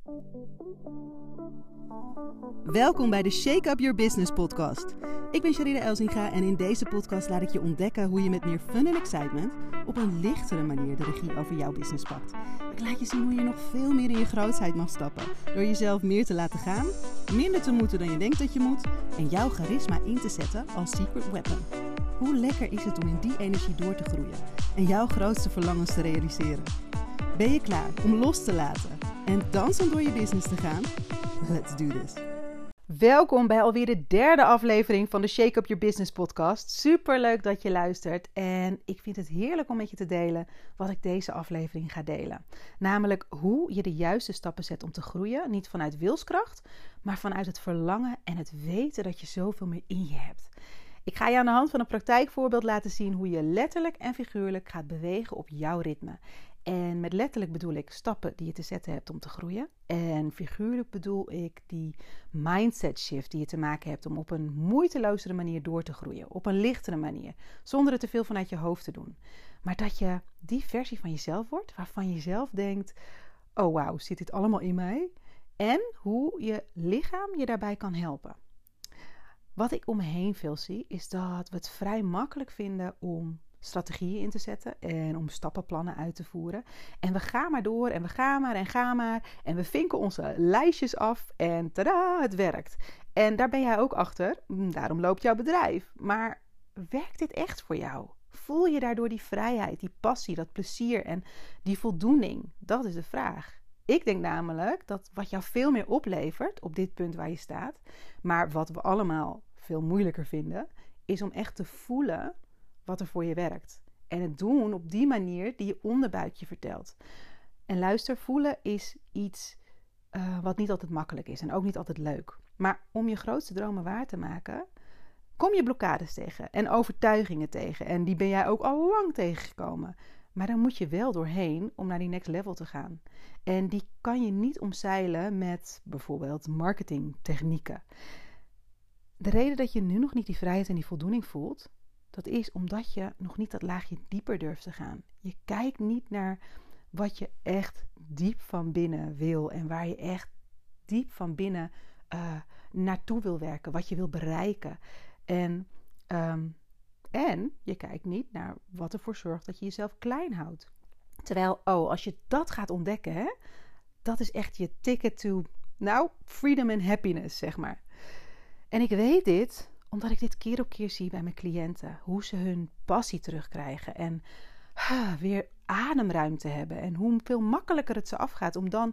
Welkom bij de Shake Up Your Business podcast. Ik ben Sharida Elzinga en in deze podcast laat ik je ontdekken hoe je met meer fun en excitement op een lichtere manier de regie over jouw business pakt. Ik laat je zien hoe je nog veel meer in je grootheid mag stappen door jezelf meer te laten gaan, minder te moeten dan je denkt dat je moet en jouw charisma in te zetten als secret weapon. Hoe lekker is het om in die energie door te groeien en jouw grootste verlangens te realiseren? Ben je klaar om los te laten en dansend door je business te gaan? Let's do this. Welkom bij alweer de derde aflevering van de Shake Up Your Business podcast. Super leuk dat je luistert en ik vind het heerlijk om met je te delen wat ik deze aflevering ga delen. Namelijk hoe je de juiste stappen zet om te groeien. Niet vanuit wilskracht, maar vanuit het verlangen en het weten dat je zoveel meer in je hebt. Ik ga je aan de hand van een praktijkvoorbeeld laten zien hoe je letterlijk en figuurlijk gaat bewegen op jouw ritme. En met letterlijk bedoel ik stappen die je te zetten hebt om te groeien. En figuurlijk bedoel ik die mindset shift die je te maken hebt om op een moeitelozere manier door te groeien. Op een lichtere manier, zonder het te veel vanuit je hoofd te doen. Maar dat je die versie van jezelf wordt, waarvan je zelf denkt, oh wauw, zit dit allemaal in mij? En hoe je lichaam je daarbij kan helpen. Wat ik om me heen veel zie, is dat we het vrij makkelijk vinden om strategieën in te zetten en om stappenplannen uit te voeren. En we gaan maar door en we gaan maar en we vinken onze lijstjes af en tada, het werkt. En daar ben jij ook achter, daarom loopt jouw bedrijf. Maar werkt dit echt voor jou? Voel je daardoor die vrijheid, die passie, dat plezier en die voldoening? Dat is de vraag. Ik denk namelijk dat wat jou veel meer oplevert op dit punt waar je staat, maar wat we allemaal veel moeilijker vinden, is om echt te voelen wat er voor je werkt. En het doen op die manier die je onderbuikje vertelt. En luister, voelen is iets wat niet altijd makkelijk is en ook niet altijd leuk. Maar om je grootste dromen waar te maken, kom je blokkades tegen en overtuigingen tegen. En die ben jij ook al lang tegengekomen. Maar daar moet je wel doorheen om naar die next level te gaan. En die kan je niet omzeilen met bijvoorbeeld marketingtechnieken. De reden dat je nu nog niet die vrijheid en die voldoening voelt, dat is omdat je nog niet dat laagje dieper durft te gaan. Je kijkt niet naar wat je echt diep van binnen wil en waar je echt diep van binnen naartoe wil werken, wat je wil bereiken. En je kijkt niet naar wat ervoor zorgt dat je jezelf klein houdt. Terwijl, als je dat gaat ontdekken, hè, dat is echt je ticket to, freedom and happiness, zeg maar. En ik weet dit omdat ik dit keer op keer zie bij mijn cliënten. Hoe ze hun passie terugkrijgen en weer ademruimte hebben. En hoe veel makkelijker het ze afgaat om dan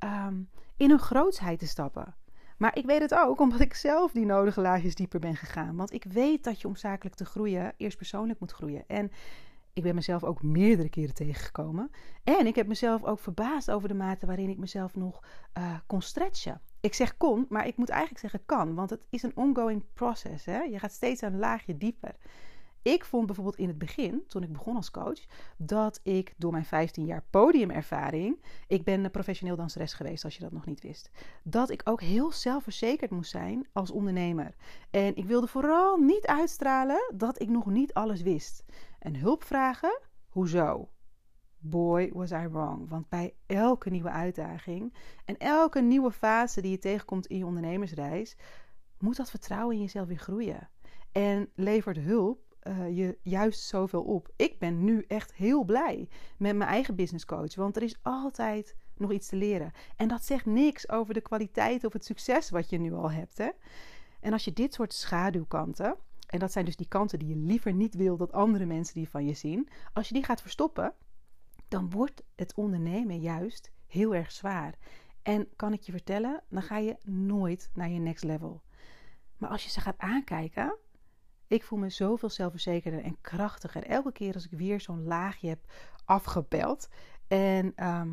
in hun grootsheid te stappen. Maar ik weet het ook omdat ik zelf die nodige laagjes dieper ben gegaan. Want ik weet dat je om zakelijk te groeien eerst persoonlijk moet groeien. En ik ben mezelf ook meerdere keren tegengekomen. En ik heb mezelf ook verbaasd over de mate waarin ik mezelf nog kon stretchen. Ik zeg kon, maar ik moet eigenlijk zeggen kan. Want het is een ongoing process. Hè? Je gaat steeds een laagje dieper. Ik vond bijvoorbeeld in het begin, toen ik begon als coach, dat ik door mijn 15 jaar podiumervaring, ik ben professioneel danseres geweest als je dat nog niet wist, dat ik ook heel zelfverzekerd moest zijn als ondernemer. En ik wilde vooral niet uitstralen dat ik nog niet alles wist. En hulp vragen? Hoezo? Boy, was I wrong. Want bij elke nieuwe uitdaging en elke nieuwe fase die je tegenkomt in je ondernemersreis, moet dat vertrouwen in jezelf weer groeien. En levert hulp je juist zoveel op. Ik ben nu echt heel blij met mijn eigen business coach, want er is altijd nog iets te leren. En dat zegt niks over de kwaliteit of het succes wat je nu al hebt. Hè? En als je dit soort schaduwkanten, en dat zijn dus die kanten die je liever niet wil dat andere mensen die van je zien, als je die gaat verstoppen, dan wordt het ondernemen juist heel erg zwaar. En kan ik je vertellen, dan ga je nooit naar je next level. Maar als je ze gaat aankijken, ik voel me zoveel zelfverzekerder en krachtiger elke keer als ik weer zo'n laagje heb afgepeld. En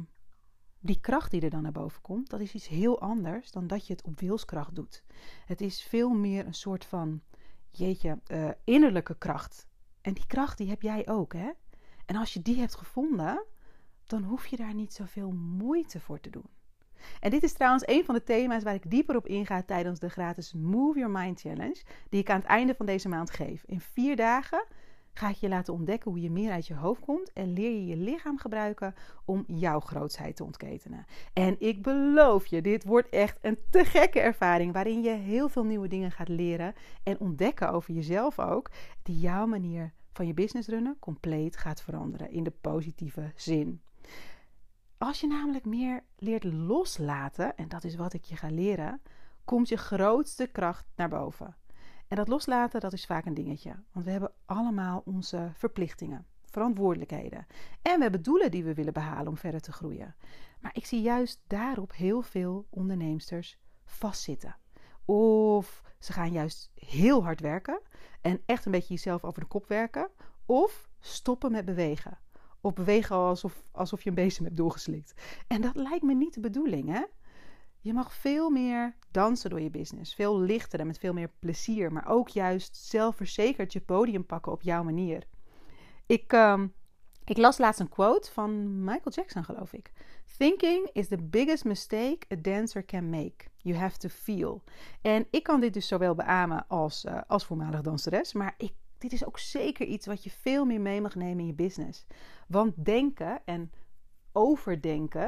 die kracht die er dan naar boven komt, dat is iets heel anders dan dat je het op wilskracht doet. Het is veel meer een soort van, innerlijke kracht. En die kracht die heb jij ook, hè? En als je die hebt gevonden, dan hoef je daar niet zoveel moeite voor te doen. En dit is trouwens een van de thema's waar ik dieper op inga tijdens de gratis Move Your Mind Challenge, die ik aan het einde van deze maand geef. In 4 dagen ga ik je laten ontdekken hoe je meer uit je hoofd komt en leer je je lichaam gebruiken om jouw grootsheid te ontketenen. En ik beloof je, dit wordt echt een te gekke ervaring waarin je heel veel nieuwe dingen gaat leren en ontdekken over jezelf ook, die jouw manier van je business runnen compleet gaat veranderen in de positieve zin. Als je namelijk meer leert loslaten, en dat is wat ik je ga leren, komt je grootste kracht naar boven. En dat loslaten, dat is vaak een dingetje. Want we hebben allemaal onze verplichtingen, verantwoordelijkheden. En we hebben doelen die we willen behalen om verder te groeien. Maar ik zie juist daarop heel veel onderneemsters vastzitten. Of ze gaan juist heel hard werken en echt een beetje jezelf over de kop werken. Of stoppen met bewegen. Of bewegen alsof je een bezem hebt doorgeslikt. En dat lijkt me niet de bedoeling, hè? Je mag veel meer dansen door je business. Veel lichter en met veel meer plezier. Maar ook juist zelfverzekerd je podium pakken op jouw manier. Ik las laatst een quote van Michael Jackson, geloof ik. Thinking is the biggest mistake a dancer can make. You have to feel. En ik kan dit dus zowel beamen als voormalig danseres. Maar dit is ook zeker iets wat je veel meer mee mag nemen in je business. Want denken en overdenken,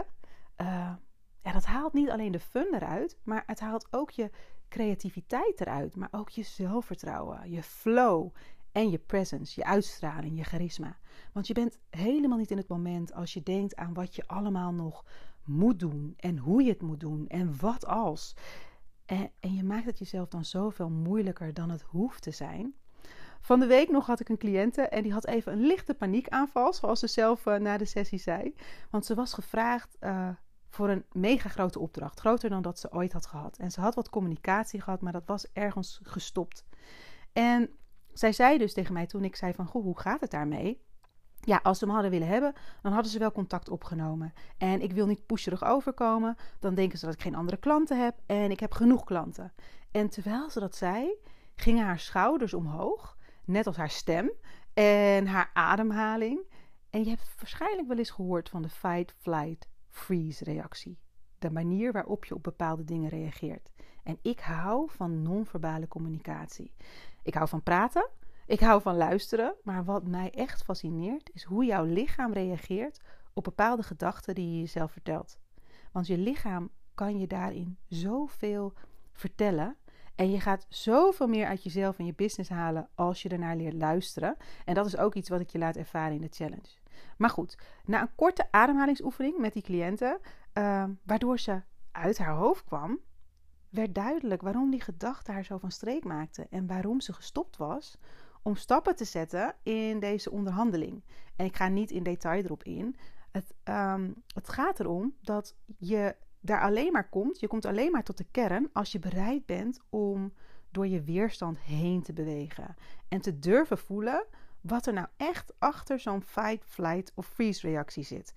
dat haalt niet alleen de fun eruit, maar het haalt ook je creativiteit eruit. Maar ook je zelfvertrouwen, je flow en je presence, je uitstraling, je charisma. Want je bent helemaal niet in het moment als je denkt aan wat je allemaal nog moet doen en hoe je het moet doen en wat als. En je maakt het jezelf dan zoveel moeilijker dan het hoeft te zijn. Van de week nog had ik een cliënte en die had even een lichte paniekaanval, zoals ze zelf na de sessie zei. Want ze was gevraagd voor een mega grote opdracht, groter dan dat ze ooit had gehad. En ze had wat communicatie gehad, maar dat was ergens gestopt. En zij zei dus tegen mij toen ik zei van, goh, hoe gaat het daarmee? Ja, als ze hem hadden willen hebben, dan hadden ze wel contact opgenomen. En ik wil niet pusherig overkomen, dan denken ze dat ik geen andere klanten heb en ik heb genoeg klanten. En terwijl ze dat zei, gingen haar schouders omhoog, net als haar stem en haar ademhaling. En je hebt waarschijnlijk wel eens gehoord van de fight, flight, freeze reactie. De manier waarop je op bepaalde dingen reageert. En ik hou van non-verbale communicatie. Ik hou van praten, ik hou van luisteren. Maar wat mij echt fascineert is hoe jouw lichaam reageert op bepaalde gedachten die je jezelf vertelt. Want je lichaam kan je daarin zoveel vertellen. En je gaat zoveel meer uit jezelf en je business halen als je ernaar leert luisteren. En dat is ook iets wat ik je laat ervaren in de challenge. Maar goed, na een korte ademhalingsoefening met die cliënte, waardoor ze uit haar hoofd kwam, werd duidelijk waarom die gedachte haar zo van streek maakte. En waarom ze gestopt was om stappen te zetten in deze onderhandeling. En ik ga niet in detail erop in. Het gaat erom dat je daar alleen maar komt. Je komt alleen maar tot de kern als je bereid bent om door je weerstand heen te bewegen. En te durven voelen wat er nou echt achter zo'n fight, flight of freeze reactie zit.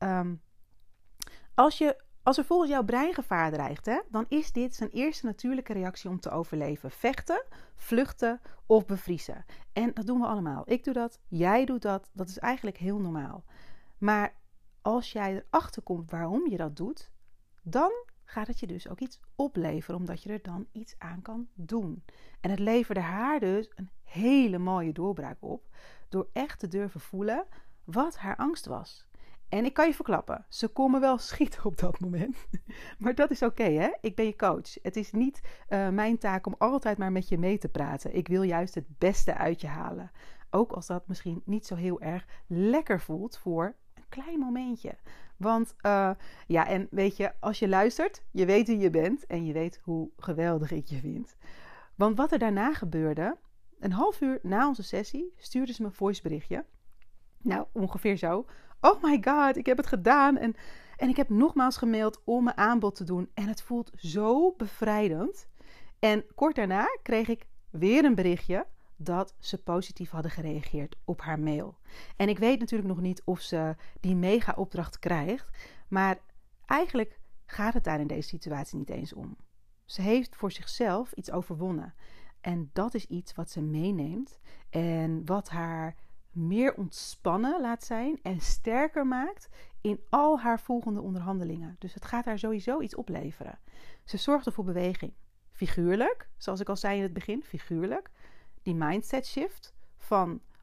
Als er volgens jouw brein gevaar dreigt, dan is dit zijn eerste natuurlijke reactie om te overleven. Vechten, vluchten of bevriezen. En dat doen we allemaal. Ik doe dat, jij doet dat. Dat is eigenlijk heel normaal. Maar als jij erachter komt waarom je dat doet, dan gaat het je dus ook iets opleveren, omdat je er dan iets aan kan doen. En het leverde haar dus een hele mooie doorbraak op, door echt te durven voelen wat haar angst was. En ik kan je verklappen, ze kon me wel schieten op dat moment. Maar dat is oké, hè? Ik ben je coach. Het is niet mijn taak om altijd maar met je mee te praten. Ik wil juist het beste uit je halen. Ook als dat misschien niet zo heel erg lekker voelt voor een klein momentje. Want en weet je, als je luistert, je weet wie je bent en je weet hoe geweldig ik je vind. Want wat er daarna gebeurde, een half uur na onze sessie, stuurde ze me een voiceberichtje. Nou, ongeveer zo. Oh my god, ik heb het gedaan. En ik heb nogmaals gemaild om mijn aanbod te doen. En het voelt zo bevrijdend. En kort daarna kreeg ik weer een berichtje dat ze positief hadden gereageerd op haar mail. En ik weet natuurlijk nog niet of ze die mega opdracht krijgt. Maar eigenlijk gaat het daar in deze situatie niet eens om. Ze heeft voor zichzelf iets overwonnen. En dat is iets wat ze meeneemt. En wat haar meer ontspannen laat zijn en sterker maakt in al haar volgende onderhandelingen. Dus het gaat haar sowieso iets opleveren. Ze zorgde voor beweging. Figuurlijk, zoals ik al zei in het begin, figuurlijk. Die mindset shift van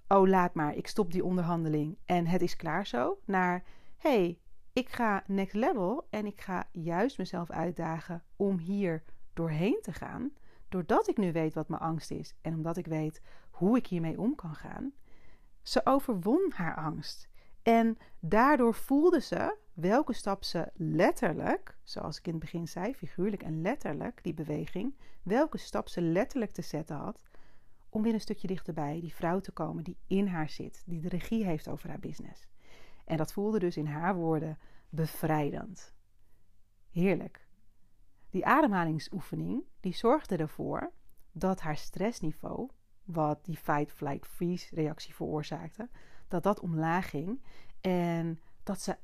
oh laat maar, ik stop die onderhandeling en het is klaar zo, naar hey, ik ga next level en ik ga juist mezelf uitdagen om hier doorheen te gaan. Doordat ik nu weet wat mijn angst is en omdat ik weet hoe ik hiermee om kan gaan. Ze overwon haar angst. En daardoor voelde ze welke stap ze letterlijk, zoals ik in het begin zei, figuurlijk en letterlijk, die beweging, welke stap ze letterlijk te zetten had om weer een stukje dichterbij die vrouw te komen die in haar zit, die de regie heeft over haar business. En dat voelde dus in haar woorden bevrijdend. Heerlijk. Die ademhalingsoefening, die zorgde ervoor dat haar stressniveau, wat die fight, flight, freeze reactie veroorzaakte, dat omlaag ging en dat ze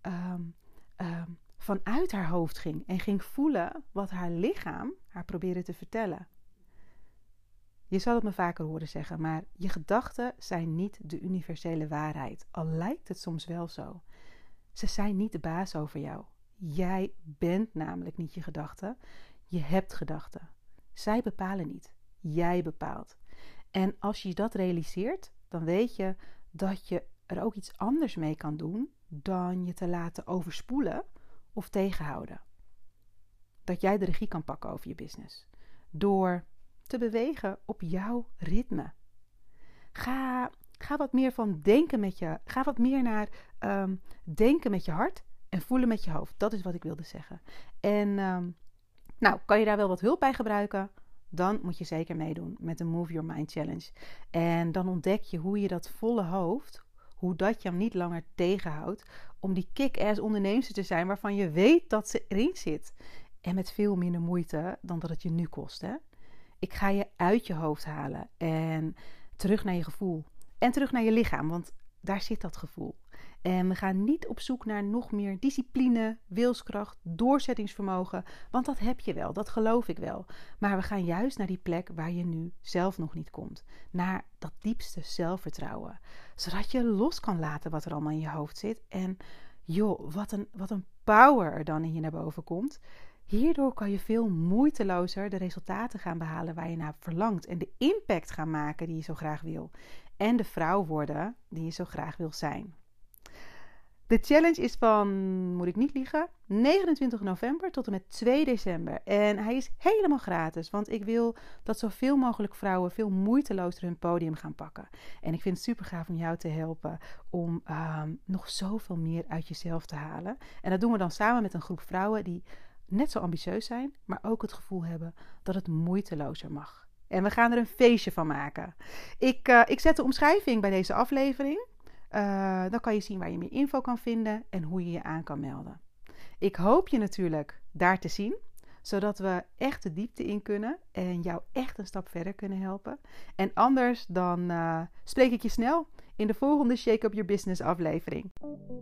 vanuit haar hoofd ging en ging voelen wat haar lichaam haar probeerde te vertellen. Je zal het me vaker horen zeggen, maar je gedachten zijn niet de universele waarheid, al lijkt het soms wel zo. Ze zijn niet de baas over jou. Jij bent namelijk niet je gedachten. Je hebt gedachten. Zij bepalen niet. Jij bepaalt. En als je dat realiseert, dan weet je dat je er ook iets anders mee kan doen dan je te laten overspoelen of tegenhouden. Dat jij de regie kan pakken over je business. Door te bewegen op jouw ritme. Ga wat meer van denken met je. Ga wat meer naar denken met je hart en voelen met je hoofd. Dat is wat ik wilde zeggen. En kan je daar wel wat hulp bij gebruiken? Dan moet je zeker meedoen met de Move Your Mind Challenge. En dan ontdek je hoe je dat volle hoofd, hoe dat je niet langer tegenhoudt om die kick-ass onderneemster te zijn waarvan je weet dat ze erin zit. En met veel minder moeite dan dat het je nu kost. Hè? Ik ga je uit je hoofd halen en terug naar je gevoel. En terug naar je lichaam, want daar zit dat gevoel. En we gaan niet op zoek naar nog meer discipline, wilskracht, doorzettingsvermogen. Want dat heb je wel, dat geloof ik wel. Maar we gaan juist naar die plek waar je nu zelf nog niet komt. Naar dat diepste zelfvertrouwen. Zodat je los kan laten wat er allemaal in je hoofd zit. En joh, wat een power er dan in je naar boven komt. Hierdoor kan je veel moeitelozer de resultaten gaan behalen waar je naar verlangt. En de impact gaan maken die je zo graag wil. En de vrouw worden die je zo graag wil zijn. De challenge is van, moet ik niet liegen, 29 november tot en met 2 december. En hij is helemaal gratis, want ik wil dat zoveel mogelijk vrouwen veel moeitelozer hun podium gaan pakken. En ik vind het super gaaf om jou te helpen om nog zoveel meer uit jezelf te halen. En dat doen we dan samen met een groep vrouwen die net zo ambitieus zijn, maar ook het gevoel hebben dat het moeitelozer mag. En we gaan er een feestje van maken. Ik zet de omschrijving bij deze aflevering. Dan kan je zien waar je meer info kan vinden en hoe je je aan kan melden. Ik hoop je natuurlijk daar te zien, zodat we echt de diepte in kunnen en jou echt een stap verder kunnen helpen. En anders dan spreek ik je snel in de volgende Shake Up Your Business aflevering.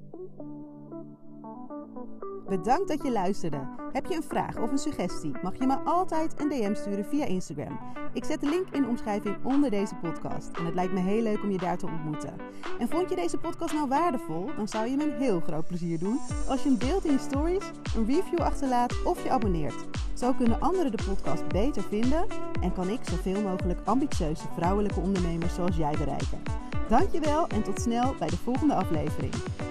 Bedankt dat je luisterde. Heb je een vraag of een suggestie? Mag je me altijd een DM sturen via Instagram. Ik zet de link in de omschrijving onder deze podcast. En het lijkt me heel leuk om je daar te ontmoeten. En vond je deze podcast nou waardevol? Dan zou je me een heel groot plezier doen als je hem deelt in je stories, een review achterlaat of je abonneert. Zo kunnen anderen de podcast beter vinden en kan ik zoveel mogelijk ambitieuze vrouwelijke ondernemers zoals jij bereiken. Dankjewel en tot snel bij de volgende aflevering.